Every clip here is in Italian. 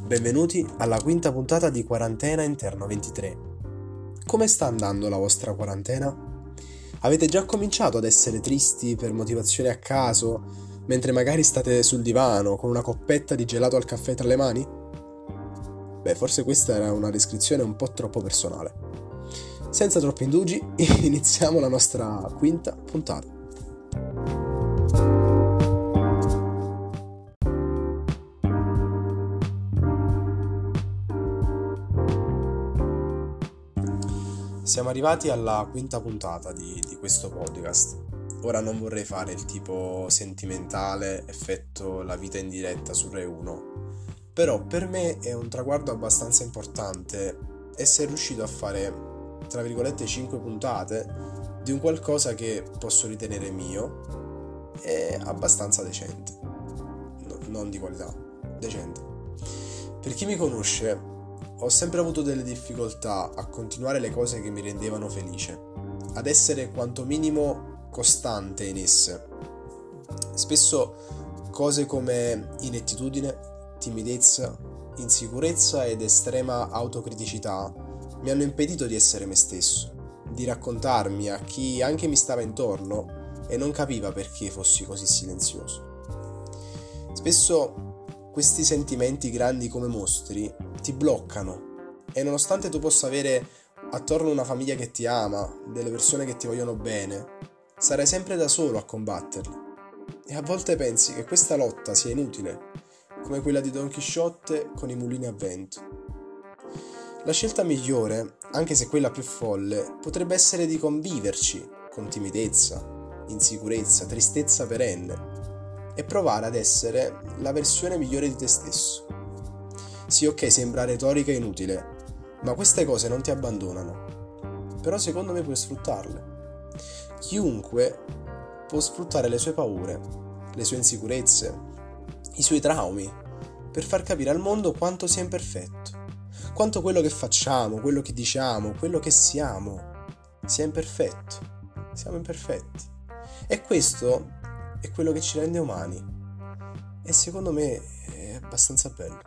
benvenuti alla quinta puntata di Quarantena Interno 23. Come sta andando la vostra quarantena? Avete già cominciato ad essere tristi per motivazioni a caso, mentre magari state sul divano con una coppetta di gelato al caffè tra le mani? Beh, forse questa era una descrizione un po' troppo personale. Senza troppi indugi, iniziamo la nostra quinta puntata. Siamo arrivati alla quinta puntata di questo podcast. Ora non vorrei fare il tipo sentimentale, effetto la vita in diretta su Rai 1, però per me è un traguardo abbastanza importante essere riuscito a fare, tra virgolette, 5 puntate di un qualcosa che posso ritenere mio e abbastanza decente. Non di qualità, decente. Per chi mi conosce, ho sempre avuto delle difficoltà a continuare le cose che mi rendevano felice, ad essere quanto minimo costante in esse. Spesso cose come inettitudine, timidezza, insicurezza ed estrema autocriticità mi hanno impedito di essere me stesso, di raccontarmi a chi anche mi stava intorno e non capiva perché fossi così silenzioso. Spesso questi sentimenti grandi come mostri ti bloccano e nonostante tu possa avere attorno una famiglia che ti ama, delle persone che ti vogliono bene, sarai sempre da solo a combatterli. E a volte pensi che questa lotta sia inutile, come quella di Don Chisciotte con i mulini a vento. La scelta migliore, anche se quella più folle, potrebbe essere di conviverci con timidezza, insicurezza, tristezza perenne e provare ad essere la versione migliore di te stesso. Sì, ok, sembra retorica inutile, ma queste cose non ti abbandonano. Però secondo me puoi sfruttarle. Chiunque può sfruttare le sue paure, le sue insicurezze, i suoi traumi, per far capire al mondo quanto sia imperfetto, quanto quello che facciamo, quello che diciamo, quello che siamo, sia imperfetto. Siamo imperfetti. E questo è quello che ci rende umani. E secondo me è abbastanza bello.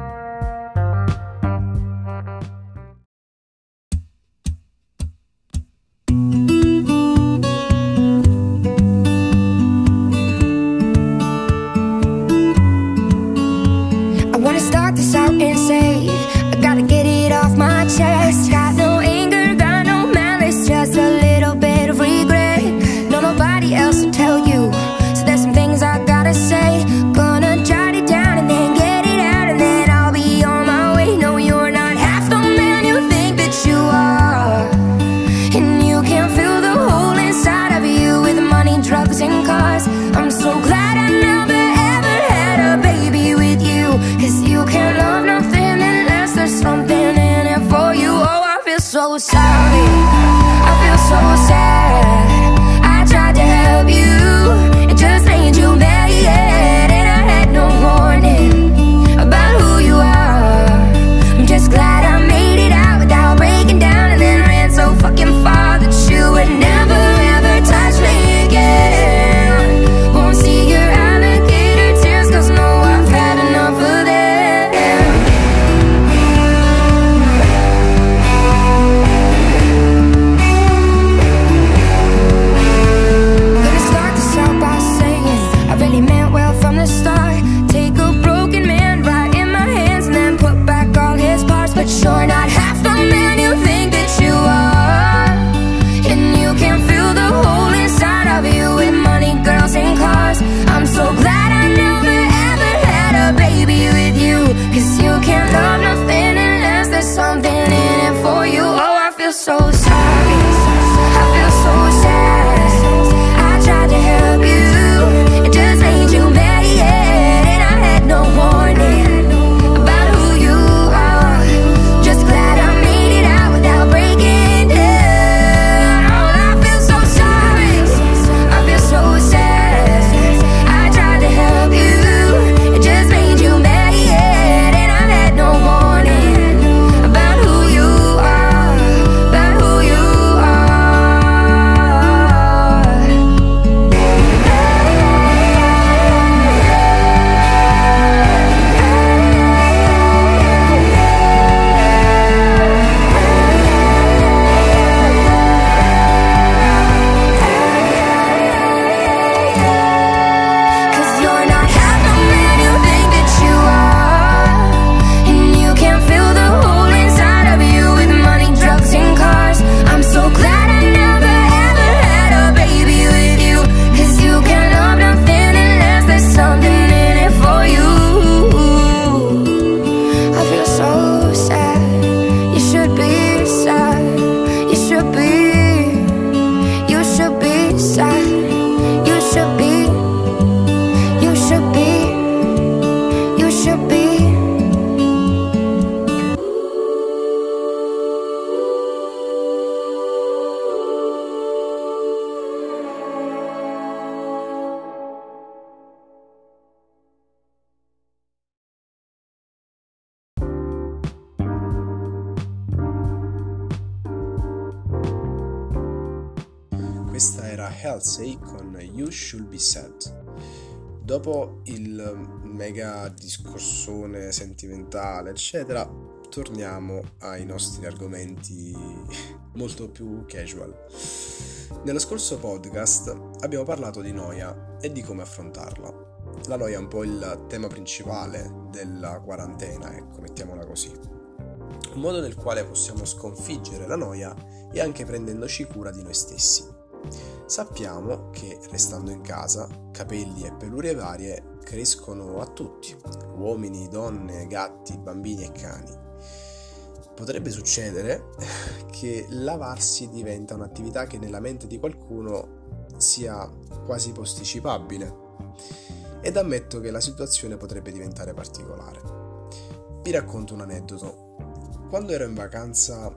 So sorry, I feel so sad. I tried to help you, it just made you mad. And I had no warning about who you are. I'm just glad I made it out without breaking down, and then ran so fucking far that you would never ever touch me again. questa era Halsey con You Should Be Sad. Dopo il mega discorsone sentimentale, eccetera, torniamo ai nostri argomenti molto più casual. Nello scorso podcast abbiamo parlato di noia e di come affrontarla. La noia è un po' il tema principale della quarantena, ecco, mettiamola così. Un modo nel quale possiamo sconfiggere la noia è anche prendendoci cura di noi stessi. Sappiamo che restando in casa, capelli e pelurie varie crescono a tutti, uomini, donne, gatti, bambini e cani. Potrebbe succedere che lavarsi diventa un'attività che nella mente di qualcuno sia quasi posticipabile, ed ammetto che la situazione potrebbe diventare particolare. Vi racconto un aneddoto. Quando ero in vacanza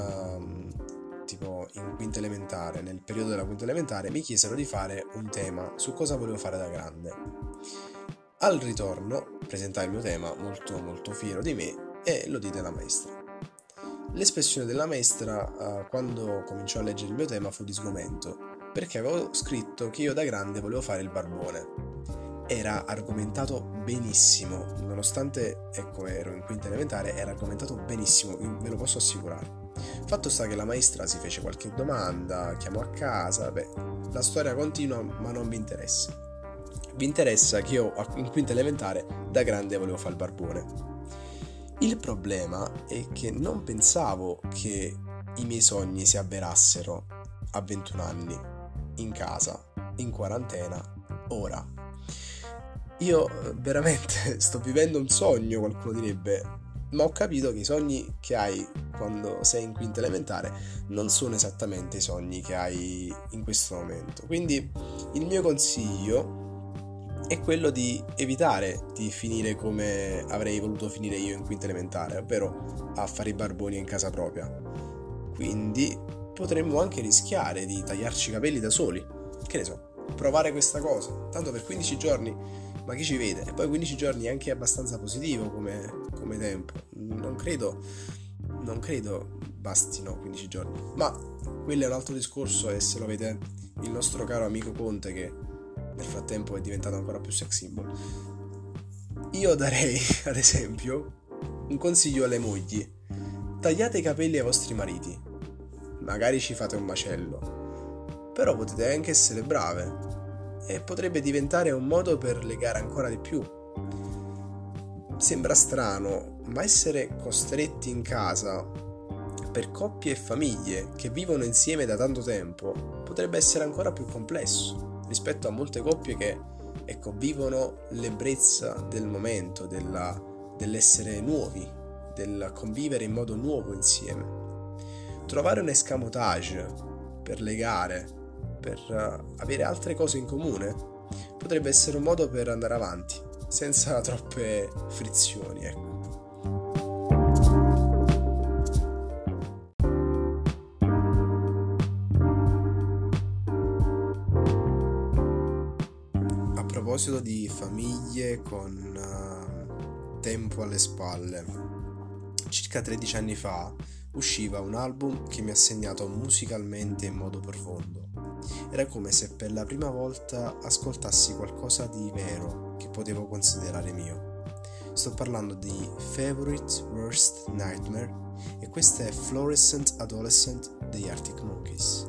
tipo in quinta elementare, nel periodo della quinta elementare, mi chiesero di fare un tema su cosa volevo fare da grande. Al ritorno presentai il mio tema molto fiero di me e lo diede alla maestra. L'espressione della maestra quando cominciò a leggere il mio tema fu di sgomento, perché avevo scritto che io da grande volevo fare il barbone. Era argomentato benissimo, nonostante ero in quinta elementare, era argomentato benissimo, ve lo posso assicurare. Fatto sta che la maestra si fece qualche domanda, chiamò a casa, la storia continua, ma non vi interessa. Vi interessa che io in quinta elementare da grande volevo fare il barbone. Il problema è che non pensavo che i miei sogni si avverassero a 21 anni, in casa, in quarantena, ora. Io veramente sto vivendo un sogno, qualcuno direbbe, ma ho capito che i sogni che hai quando sei in quinta elementare non sono esattamente i sogni che hai in questo momento. Quindi il mio consiglio è quello di evitare di finire come avrei voluto finire io in quinta elementare, ovvero a fare i barboni in casa propria. Quindi potremmo anche rischiare di tagliarci i capelli da soli, che ne so, provare questa cosa, tanto per 15 giorni, ma chi ci vede? E poi 15 giorni è anche abbastanza positivo come tempo, non credo bastino 15 giorni, ma quello è un altro discorso, e se lo vede il nostro caro amico Conte, che nel frattempo è diventato ancora più sex symbol. Io darei, ad esempio, un consiglio alle mogli: tagliate i capelli ai vostri mariti, magari ci fate un macello, però potete anche essere brave e potrebbe diventare un modo per legare ancora di più. Sembra strano, ma essere costretti in casa per coppie e famiglie che vivono insieme da tanto tempo potrebbe essere ancora più complesso rispetto a molte coppie che, vivono l'ebbrezza del momento, dell'essere nuovi, del convivere in modo nuovo insieme. Trovare un escamotage per legare, per avere altre cose in comune, potrebbe essere un modo per andare avanti senza troppe frizioni, ecco. A proposito di famiglie con tempo alle spalle, circa 13 anni fa usciva un album che mi ha segnato musicalmente in modo profondo. Era come se per la prima volta ascoltassi qualcosa di vero che potevo considerare mio. Sto parlando di Favorite Worst Nightmare e questa è Fluorescent Adolescent degli Arctic Monkeys.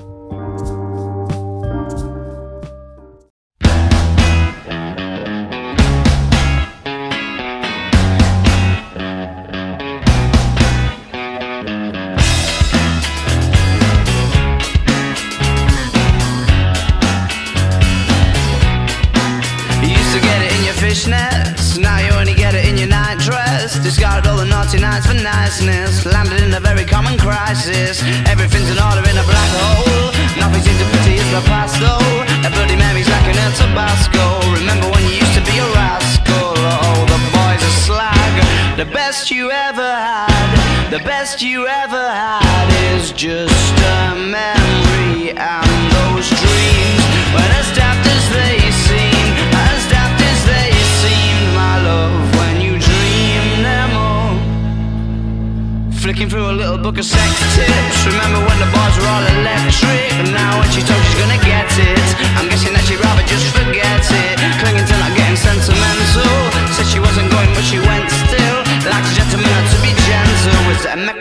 Fishnets, now you only get it in your nightdress. Discarded all the naughty nights for niceness. Landed in a very common crisis. Everything's in order in a black hole. Nothing seems to pity is the past though. A Bloody Mary's like an El Tabasco. Remember when you used to be a rascal? Oh, the boys are slag. The best you ever had, the best you ever had is just a memory. And those dreams, when as daft as they seem, as daft as they seemed, my love, when you dream them all. Flicking through a little book of sex tips. Remember when the bars were all electric? And now when she told you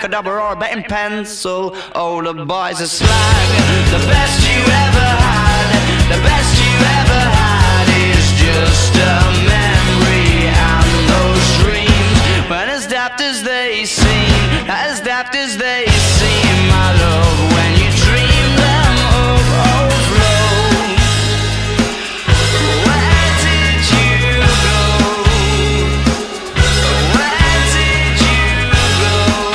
abracadabra or a betting pencil. Oh, the boys are slag. The best you ever had, the best you ever had is just a memory. And those dreams, when as daft as they seem, as daft as they seem, my love, when you dream them overflow. Where did you go? Where did you go?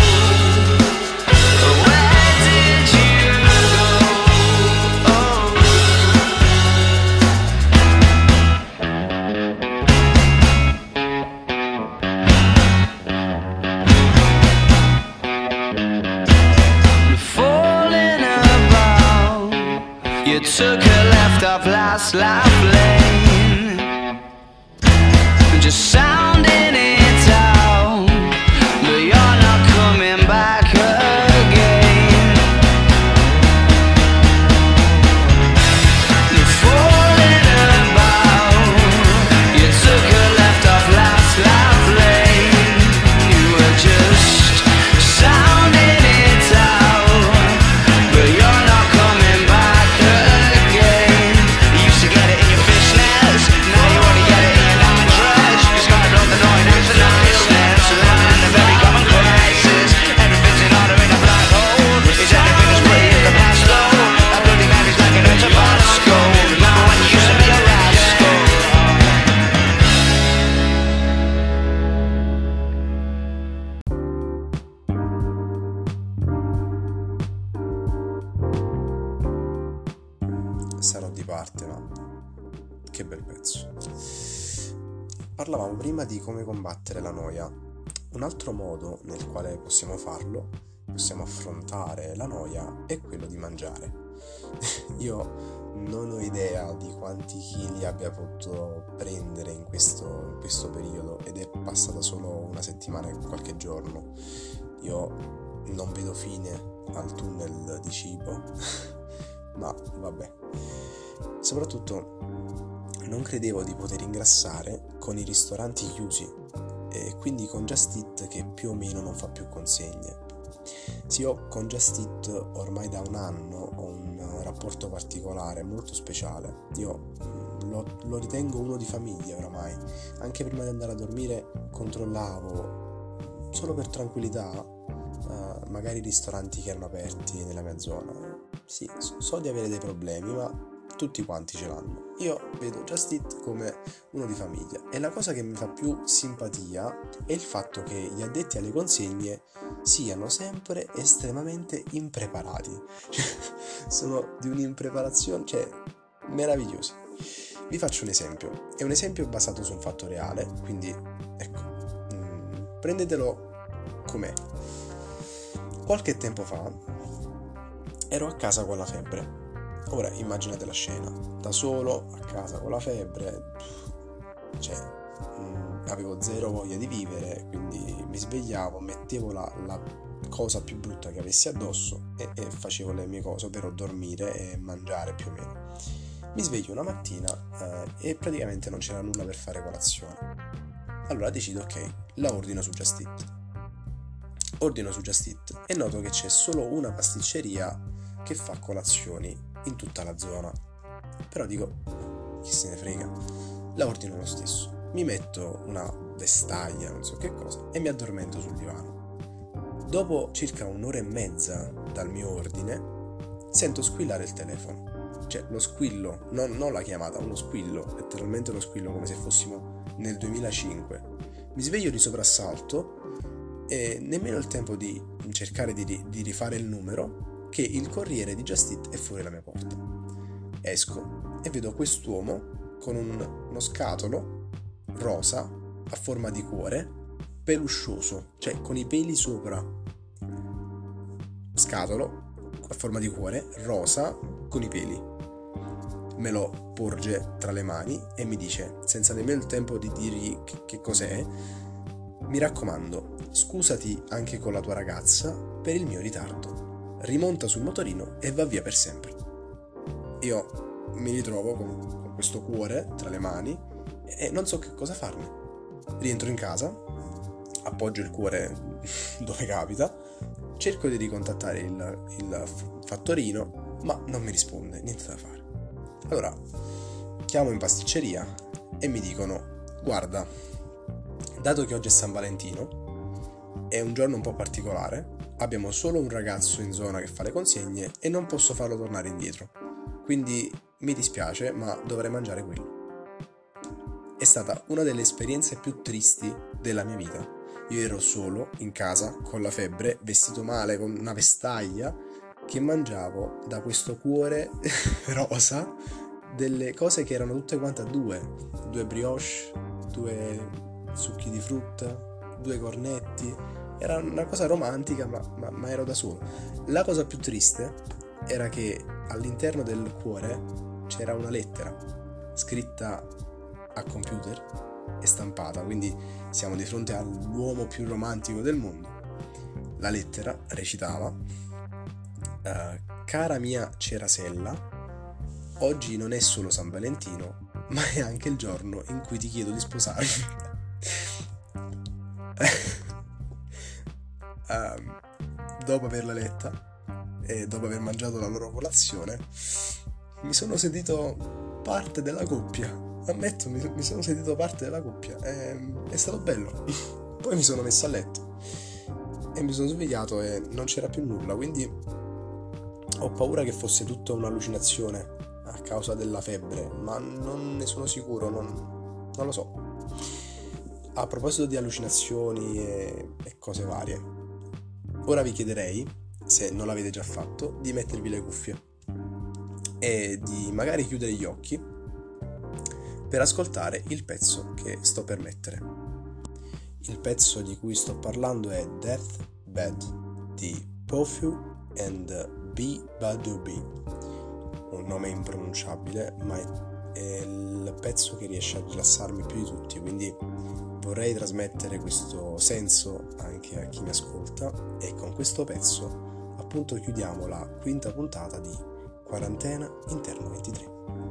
Where did you go? Oh. Falling about, you took a left off last life lane, just sounding it out, but you're not coming back again. Falling about, you took a left off last life lane, you were just sounding it out, but you're not coming back again. You used to get it in your fishnets, now you only get it in your nightdress. You started on the annoying and the niceness, living in a very common crisis. Everything's in order in a black hole. Is everything as pretty as the past though? That bloody man is like an Tabasco. Remember when you used to be a rascal? Sarò di parte, ma che bel pezzo. Parlavamo prima di come combattere la noia. Un altro modo nel quale possiamo farlo, possiamo affrontare la noia, è quello di mangiare. Io non ho idea di quanti chili abbia potuto prendere in questo periodo, ed è passata solo una settimana e qualche giorno. Io non vedo fine al tunnel di cibo, ma vabbè. Soprattutto non credevo di poter ingrassare con i ristoranti chiusi, e quindi con Just Eat che più o meno non fa più consegne. Sì, io con Just Eat ormai da un anno ho un rapporto particolare, molto speciale. Io lo ritengo uno di famiglia oramai. Anche prima di andare a dormire controllavo, solo per tranquillità, magari i ristoranti che erano aperti nella mia zona. Sì, so di avere dei problemi, ma tutti quanti ce l'hanno. Io vedo Just Eat come uno di famiglia, e la cosa che mi fa più simpatia è il fatto che gli addetti alle consegne siano sempre estremamente impreparati. Sono di un'impreparazione, meravigliosi. Vi faccio un esempio. È un esempio basato su un fatto reale, quindi ecco, prendetelo com'è. Qualche tempo fa ero a casa con la febbre. Ora immaginate la scena, da solo a casa con la febbre, avevo zero voglia di vivere, quindi mi svegliavo, mettevo la cosa più brutta che avessi addosso e facevo le mie cose, ovvero dormire e mangiare più o meno. Mi sveglio una mattina e praticamente non c'era nulla per fare colazione. Allora decido, ok, la ordino su Just Eat. Ordino su Just Eat e noto che c'è solo una pasticceria che fa colazioni in tutta la zona. Però dico, chi se ne frega, la ordino lo stesso. Mi metto una vestaglia, non so che cosa, e mi addormento sul divano. Dopo circa un'ora e mezza dal mio ordine sento squillare il telefono. Lo squillo, non la chiamata, uno squillo, letteralmente lo squillo, come se fossimo nel 2005. Mi sveglio di soprassalto e nemmeno il tempo di cercare di rifare il numero, che il corriere di Just Eat è fuori la mia porta. Esco e vedo quest'uomo con uno scatolo rosa a forma di cuore, peluscioso, con i peli sopra. Scatolo a forma di cuore, rosa, con i peli. Me lo porge tra le mani e mi dice, senza nemmeno il tempo di dirgli che cos'è: mi raccomando, scusati anche con la tua ragazza per il mio ritardo. Rimonta sul motorino e va via per sempre. Io mi ritrovo con questo cuore tra le mani e non so che cosa farne. Rientro in casa, appoggio il cuore dove capita cerco di ricontattare il fattorino, ma non mi risponde, niente da fare. Allora chiamo in pasticceria e mi dicono: guarda, dato che oggi è San Valentino, è un giorno un po' particolare, abbiamo solo un ragazzo in zona che fa le consegne e non posso farlo tornare indietro, quindi mi dispiace, ma dovrei mangiare quello. È stata una delle esperienze più tristi della mia vita. Io ero solo in casa con la febbre, vestito male, con una vestaglia, che mangiavo da questo cuore rosa delle cose che erano tutte quante a due brioche, 2 succhi di frutta, 2 cornetti. Era una cosa romantica, ma ero da solo. La cosa più triste era che all'interno del cuore c'era una lettera scritta a computer e stampata, quindi siamo di fronte all'uomo più romantico del mondo. La lettera recitava: cara mia Cerasella, oggi non è solo San Valentino, ma è anche il giorno in cui ti chiedo di sposarmi. Dopo averla letta e dopo aver mangiato la loro colazione, mi sono sentito parte della coppia. Ammetto, mi sono sentito parte della coppia. È stato bello. Poi mi sono messo a letto e mi sono svegliato e non c'era più nulla, quindi ho paura che fosse tutta un'allucinazione a causa della febbre, ma non ne sono sicuro, non lo so. A proposito di allucinazioni e cose varie, ora vi chiederei, se non l'avete già fatto, di mettervi le cuffie e di magari chiudere gli occhi per ascoltare il pezzo che sto per mettere. Il pezzo di cui sto parlando è Deathbed di Pofu and B-Badubi, un nome impronunciabile, ma è il pezzo che riesce a rilassarmi più di tutti, quindi vorrei trasmettere questo senso anche a chi mi ascolta, e con questo pezzo appunto chiudiamo la 5ª puntata di Quarantena Interno 23.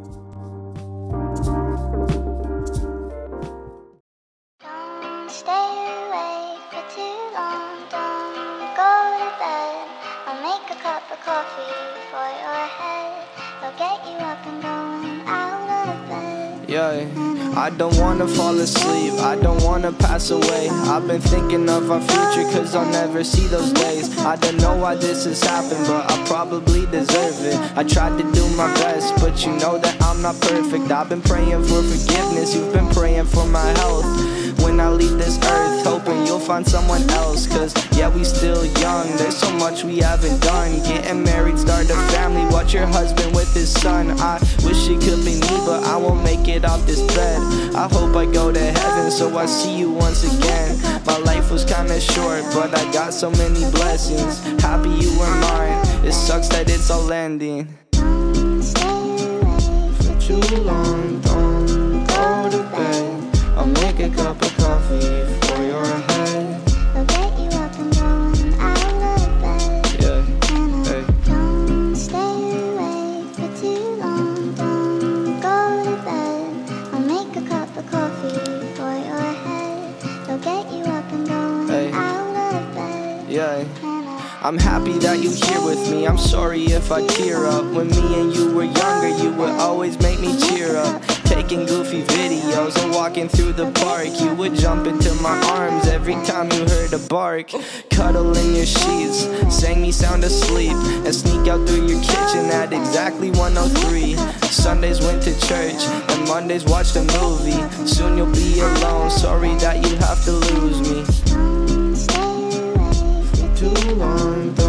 Don't stay awake for too long, don't go to bed. I'll make a cup of coffee for your head. I'll get you up and going out of bed. Yeah, I don't wanna fall asleep, I don't wanna pass away. I've been thinking of our future cause I'll never see those days. I don't know why this has happened, but I probably deserve it. I tried to do my best, but you know that I'm not perfect. I've been praying for forgiveness, you've been praying for my health. When I leave this earth, hoping you'll find someone else. Cause yeah, we still young, there's so much we haven't done. Getting married, start a family, watch your husband with his son. I wish it could be me, but I won't make it off this bed. I hope I go to heaven, so I see you once again. My life was kinda short, but I got so many blessings. Happy you were mine, it sucks that it's all ending. For too long, don't go to bed. I'll make a cup of coffee for your head. I'll get you up and going out of bed. Yeah, hey. Don't stay awake for too long, don't go to bed. I'll make a cup of coffee for your head. I'll get you up and going Hey. out of bed. Yeah. I'm happy that you're here with me, I'm sorry if I tear up. When me and you were younger, you would always make me cheer up. Taking goofy videos and walking through the park, you would jump into my arms every time you heard a bark. Cuddle in your sheets, sang me sound asleep, and sneak out through your kitchen at exactly 1:03. Sundays went to church, and Mondays watched a movie. Soon you'll be alone, sorry that you have to lose me. Don't stay awake for Too long.